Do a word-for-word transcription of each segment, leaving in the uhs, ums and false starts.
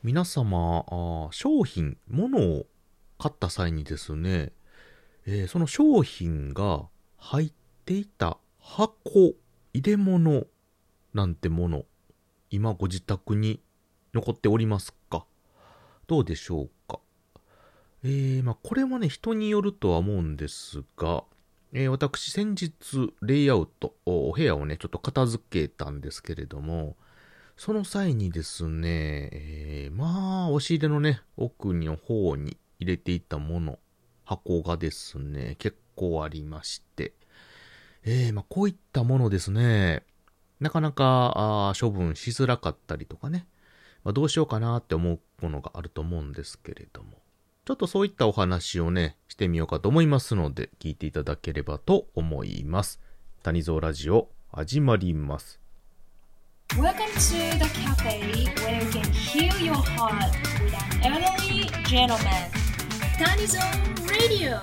皆様、あ商品、物を買った際にですね、えーその商品が入っていた箱、入れ物なんてもの、今ご自宅に残っておりますか？どうでしょうか？えー、まあこれもね、人によるとは思うんですが、えー私先日レイアウト、おお部屋をね、ちょっと片付けたんですけれども、その際にですね、えーまあ、押し入れのね、奥の方に入れていたもの、箱がですね、結構ありまして、えーまあ、こういったものですね、なかなかあー処分しづらかったりとかね、まあ、どうしようかなって思うものがあると思うんですけれども、ちょっとそういったお話をね、してみようかと思いますので、聞いていただければと思います。谷蔵ラジオ、始まります。 Welcome to the cafe where you can heal your heart with an elderly gentleman. Tanizon Radio.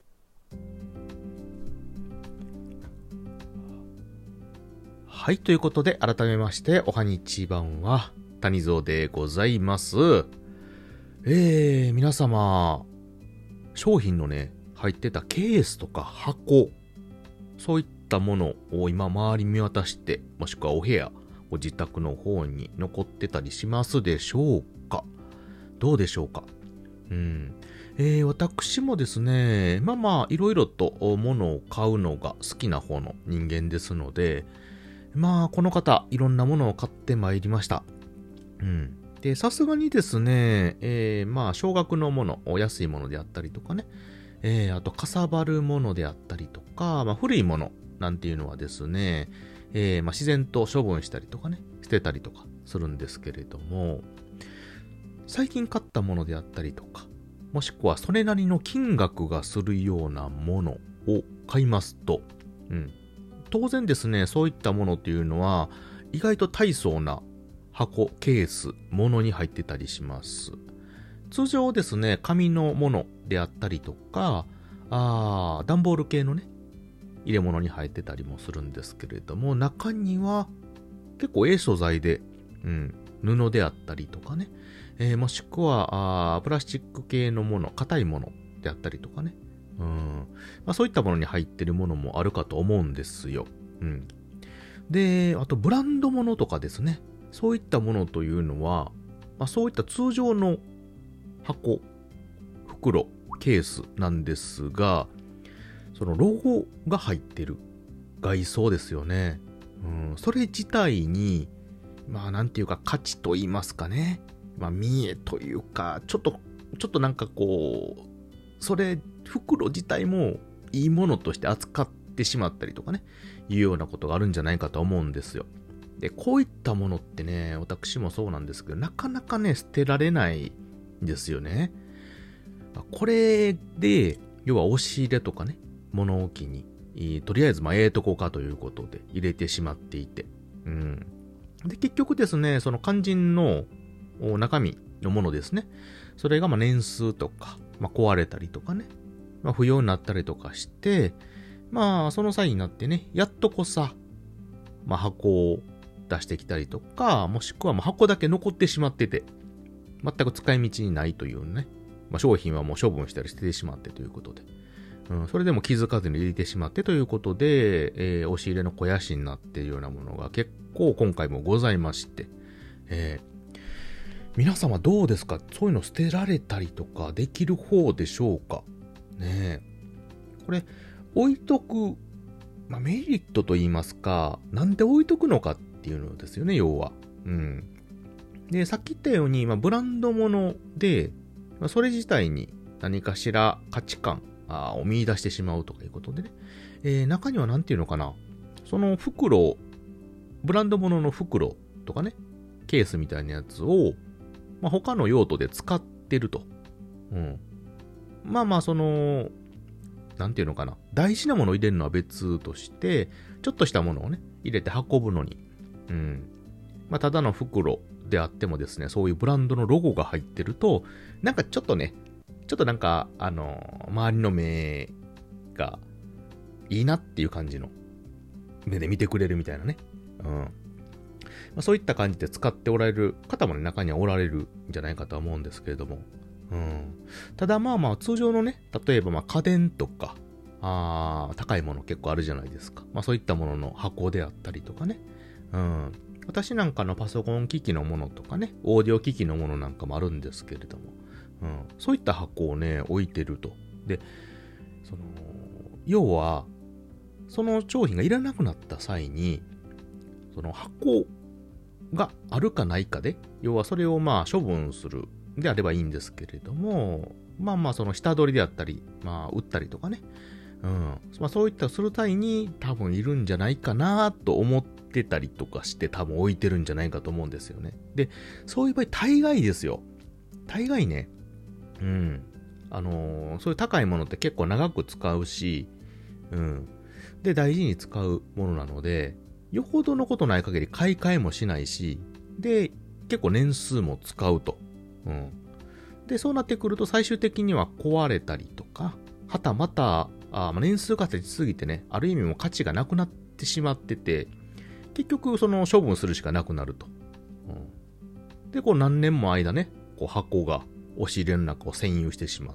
はい、ということで、改めまして、おはにちばんは、谷蔵でございます。えー、皆様、商品のね、入ってたケースとか箱、そういったものを今周り見渡して、もしくはお部屋、ご自宅の方に残ってたりしますでしょうか？どうでしょうか？うん。えー、私もですね、まあまあ、いろいろと物を買うのが好きな方の人間ですので、まあ、この方、いろんなものを買ってまいりました。うん。で、さすがにですね、えー、まあ、少額のもの、安いものであったりとかね、えー、あと、かさばるものであったりとか、まあ、古いものなんていうのはですね、えー、まあ、自然と処分したりとかね、捨てたりとかするんですけれども、最近買ったものであったりとか、もしくはそれなりの金額がするようなものを買いますと、うん、当然ですね、そういったものっていうのは、意外と大層な箱、ケース、ものに入ってたりします。通常ですね、紙のものであったりとか、あー、段ボール系のね、入れ物に入ってたりもするんですけれども、中には結構ええ素材で、うん、布であったりとかね、えー、もしくはあプラスチック系のもの、硬いものであったりとかね、うんまあ、そういったものに入ってるものもあるかと思うんですよ。うん、で、あとブランドものとかですね、そういったものというのは、まあ、そういった通常の箱、袋、ケースなんですが、そのロゴが入ってる外装ですよね。うん、それ自体に、まあなんていうか価値と言いますかね。まあ見栄というか、ちょっと、ちょっとなんかこう、それ、袋自体もいいものとして扱ってしまったりとかね、いうようなことがあるんじゃないかと思うんですよ。で、こういったものってね、私もそうなんですけど、なかなかね、捨てられないんですよね。これで、要は押し入れとかね、物置に、とりあえずまあええとこかということで入れてしまっていて、うん。で、結局ですね、その肝心の中身のものですね。それがまあ年数とか、まあ壊れたりとかね、まあ不要になったりとかして、まあその際になってね、やっとこさ、まあ箱を出してきたりとか、もしくはまあ箱だけ残ってしまってて、全く使い道にないというね、まあ商品はもう処分したり捨ててしまってということで、うん、それでも気づかずに入れてしまってということで、えー、押し入れの肥やしになっているようなものが結構今回もございまして、えー、皆様どうですか？そういうの捨てられたりとかできる方でしょうかねえ。これ、置いとく、まあ、メリットと言いますか、なんで置いとくのかっていうのですよね、要は。うん。で、さっき言ったように、まあ、ブランド物で、まあ、それ自体に何かしら価値観、を見出してしまうとかいうことでね。えー、中にはなんていうのかな。その袋、ブランド物の袋とかね、ケースみたいなやつを、まあ、他の用途で使ってると。うん。まあまあ、その、なんていうのかな。大事なものを入れるのは別として、ちょっとしたものをね、入れて運ぶのに。うん。まあ、ただの袋であってもですね、そういうブランドのロゴが入ってると、なんかちょっとね、ちょっとなんか、あの、周りの目がいいなっていう感じの目で見てくれるみたいなね。うん。 あ、そういった感じで使っておられる方もね、中にはおられるんじゃないかとは思うんですけれども。うん。ただまあまあ、通常のね、例えばまあ家電とか、あ高いもの結構あるじゃないですか。まあそういったものの箱であったりとかね。うん。私なんかのパソコン機器のものとかね、オーディオ機器のものなんかもあるんですけれども、うん、そういった箱をね、置いてると。で、その、要は、その商品がいらなくなった際に、その箱があるかないかで、要はそれをまあ処分するであればいいんですけれども、まあまあその下取りであったり、まあ売ったりとかね、うん。まあそういったする際に多分いるんじゃないかなと思ってたりとかして多分置いてるんじゃないかと思うんですよね。で、そういう場合大概ですよ。大概ね、うん。あのー、そういう高いものって結構長く使うし、うん。で、大事に使うものなので、よほどのことない限り買い替えもしないし、で、結構年数も使うと。うん。で、そうなってくると最終的には壊れたりとか、はたまた、あ年数が経ちすぎてね、ある意味も価値がなくなってしまってて、結局その処分するしかなくなると。うん、で、こう何年も間ね、こう箱が押し入れの中を占有してしまって、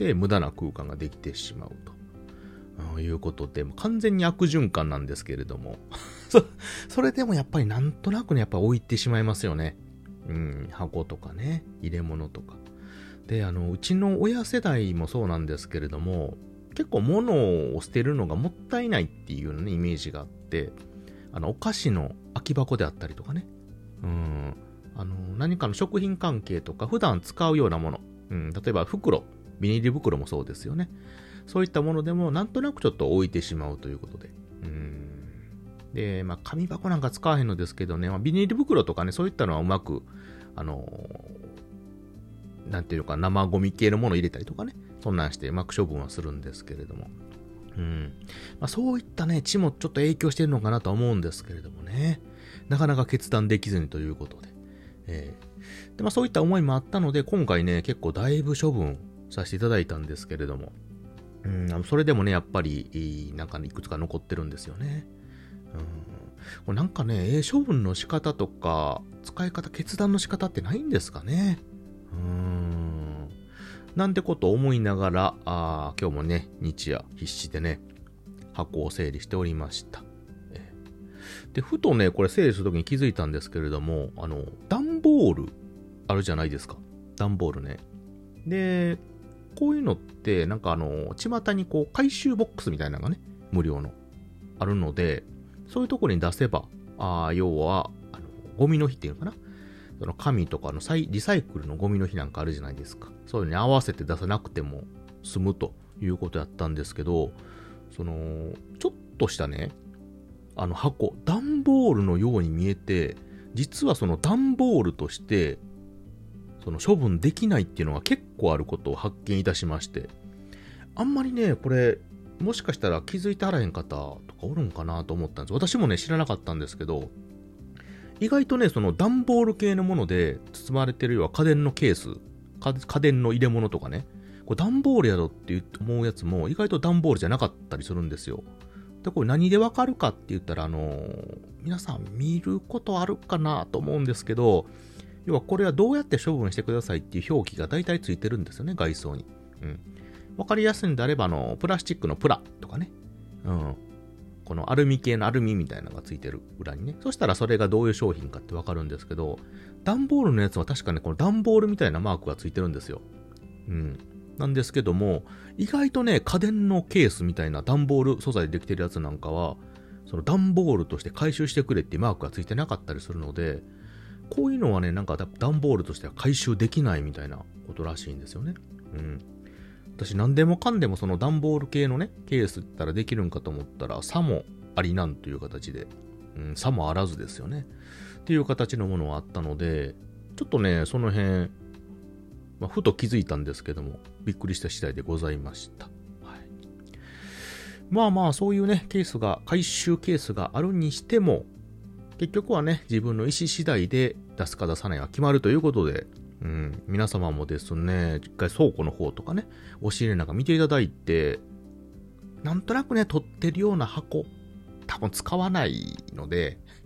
無駄な空間ができてしまうと。うん、いうことで、完全に悪循環なんですけれども。そ、それでもやっぱりなんとなくね、やっぱ置いてしまいますよね。うん、箱とかね、入れ物とか。で、あの、うちの親世代もそうなんですけれども、結構物を捨てるのがもったいないっていうね、イメージがあって、あの、お菓子の空き箱であったりとかね、うん、あの、何かの食品関係とか、普段使うようなもの、うん、例えば袋、ビニール袋もそうですよね。そういったものでも、なんとなくちょっと置いてしまうということで。うん、で、まあ、紙箱なんか使わへんのですけどね、まあ、ビニール袋とかね、そういったのはうまく、あの、なんていうか、生ゴミ系のものを入れたりとかね、そんなんしてうまく処分はするんですけれども。うん。まあ、そういったね、血もちょっと影響してるのかなとは思うんですけれどもね。なかなか決断できずにということで。えー、で、まあそういった思いもあったので、今回ね、結構だいぶ処分させていただいたんですけれども。うん、それでもね、やっぱり、なんかいくつか残ってるんですよね。うん。これなんかね、えー、処分の仕方とか、使い方、決断の仕方ってないんですかね。うーん。なんてことを思いながら、あ今日もね、日夜必死でね、箱を整理しておりました。えで、ふとね、これ整理するときに気づいたんですけれども、あの、段ボールあるじゃないですか。段ボールね。で、こういうのって、なんかあの、巷にこう、回収ボックスみたいなのがね、無料の、あるので、そういうところに出せば、あ要は、あの、ゴミの日っていうのかな。その紙とかのサイリサイクルのゴミの日なんかあるじゃないですか。そういうのに合わせて出さなくても済むということやったんですけど、その、ちょっとしたね、あの箱、段ボールのように見えて、実はその段ボールとして、その処分できないっていうのが結構あることを発見いたしまして、あんまりね、これ、もしかしたら気づいてはらへん方とかおるんかなと思ったんです。私もね、知らなかったんですけど、意外とね、その段ボール系のもので包まれてるような家電のケース、家電の入れ物とかね、これ段ボールやろって思うやつも意外と段ボールじゃなかったりするんですよ。で、これ何でわかるかって言ったら、あのー、皆さん見ることあるかなと思うんですけど、要はこれはどうやって処分してくださいっていう表記が大体ついてるんですよね、外装に。うん。わかりやすいんであれば、あの、プラスチックのプラとかね。うん。このアルミ系のアルミみたいなのがついてる裏にね。そしたらそれがどういう商品かってわかるんですけど、段ボールのやつは確かね、この段ボールみたいなマークがついてるんですよ。うん。なんですけども、意外とね、家電のケースみたいな段ボール素材でできてるやつなんかは、その段ボールとして回収してくれっていうマークがついてなかったりするので、こういうのはね、なんか段ボールとしては回収できないみたいなことらしいんですよね。うん。私何でもかんでもその段ボール系のね、ケースったらできるんかと思ったら、さもありなんという形で、うん、さもあらずですよね。っていう形のものはあったので、ちょっとね、その辺、まあ、ふと気づいたんですけども、びっくりした次第でございました。はい、まあまあ、そういうね、ケースが、回収ケースがあるにしても、結局はね、自分の意思次第で出すか出さないが決まるということで、うん、皆様もですね、一回倉庫の方とかね、押し入れなんか見ていただいて、なんとなくね、取ってるような箱、多分使わないので、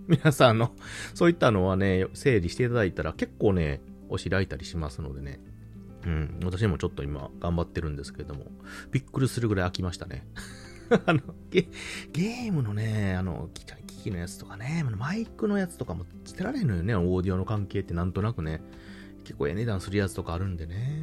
皆さんの、そういったのはね、整理していただいたら結構ね、お尻開いたりしますのでね。うん、私もちょっと今頑張ってるんですけども、びっくりするぐらい開きましたね。あのゲ、ゲームのね、あの、機器のやつとかね、マイクのやつとかも捨てられるのよね、オーディオの関係ってなんとなくね。結構ええ値段するやつとかあるんでね。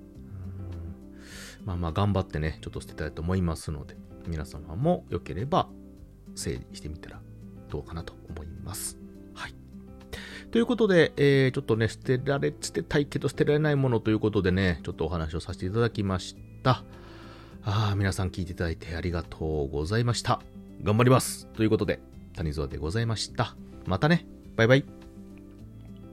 うん、まあまあ頑張ってね、ちょっと捨てたいと思いますので、皆様も良ければ整理してみたらどうかなと思います。はい。ということで、えー、ちょっとね、捨てられ、捨てたいけど捨てられないものということでね、ちょっとお話をさせていただきました。ああ、皆さん聞いていただいてありがとうございました。頑張ります。ということで、谷蔵でございました。またね。バイバイ。